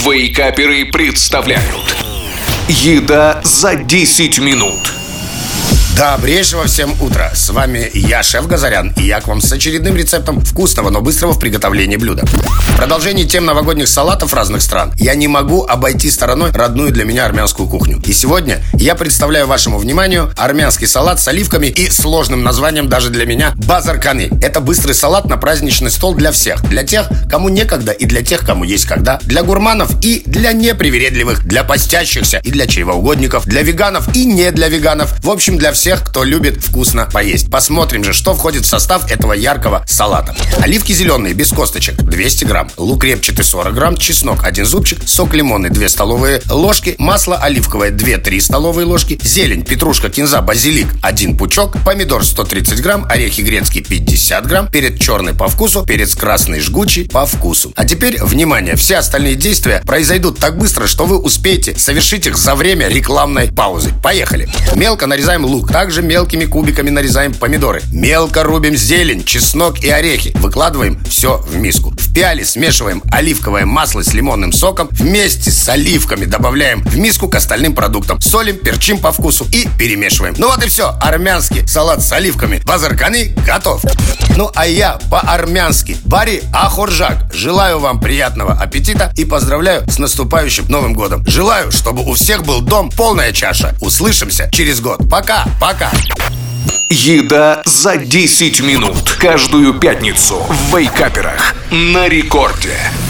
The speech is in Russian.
Вейкаперы представляют «Еда за 10 минут». Добрейшего всем утра! С вами я, шеф Газарян, и я к вам с очередным рецептом вкусного, но быстрого в приготовлении блюда. В продолжении тем новогодних салатов разных стран я не могу обойти стороной родную для меня армянскую кухню. И сегодня я представляю вашему вниманию армянский салат с оливками и сложным названием даже для меня базарканы. Это быстрый салат на праздничный стол для всех. Для тех, кому некогда, и для тех, кому есть когда. Для гурманов и для непривередливых, для постящихся и для чревоугодников, для веганов и не для веганов. В общем, для всех, кто любит вкусно поесть. Посмотрим же, что входит в состав этого яркого салата. Оливки зеленые, без косточек, 200 грамм. Лук репчатый, 40 грамм. Чеснок, 1 зубчик. Сок лимонный, 2 столовые ложки. Масло оливковое, 2-3 столовые ложки. Зелень, петрушка, кинза, базилик, 1 пучок. Помидор, 130 грамм. Орехи грецкие, 50 грамм. Перец черный по вкусу. Перец красный жгучий по вкусу. А теперь, внимание, все остальные действия произойдут так быстро, что вы успеете совершить их за время рекламной паузы. Поехали! Мелко нарезаем лук. Также мелкими кубиками нарезаем помидоры. Мелко рубим зелень, чеснок и орехи. Выкладываем все в миску. В пиале смешиваем оливковое масло с лимонным соком. Вместе с оливками добавляем в миску к остальным продуктам. Солим, перчим по вкусу и перемешиваем. Ну вот и все. Армянский салат с оливками базарканы готов. Ну а я по-армянски бари ахоржак. Желаю вам приятного аппетита и поздравляю с наступающим Новым годом. Желаю, чтобы у всех был дом полная чаша. Услышимся через год. Пока! Пока! «Еда за 10 минут». Каждую пятницу в Вейкаперах на рекорде.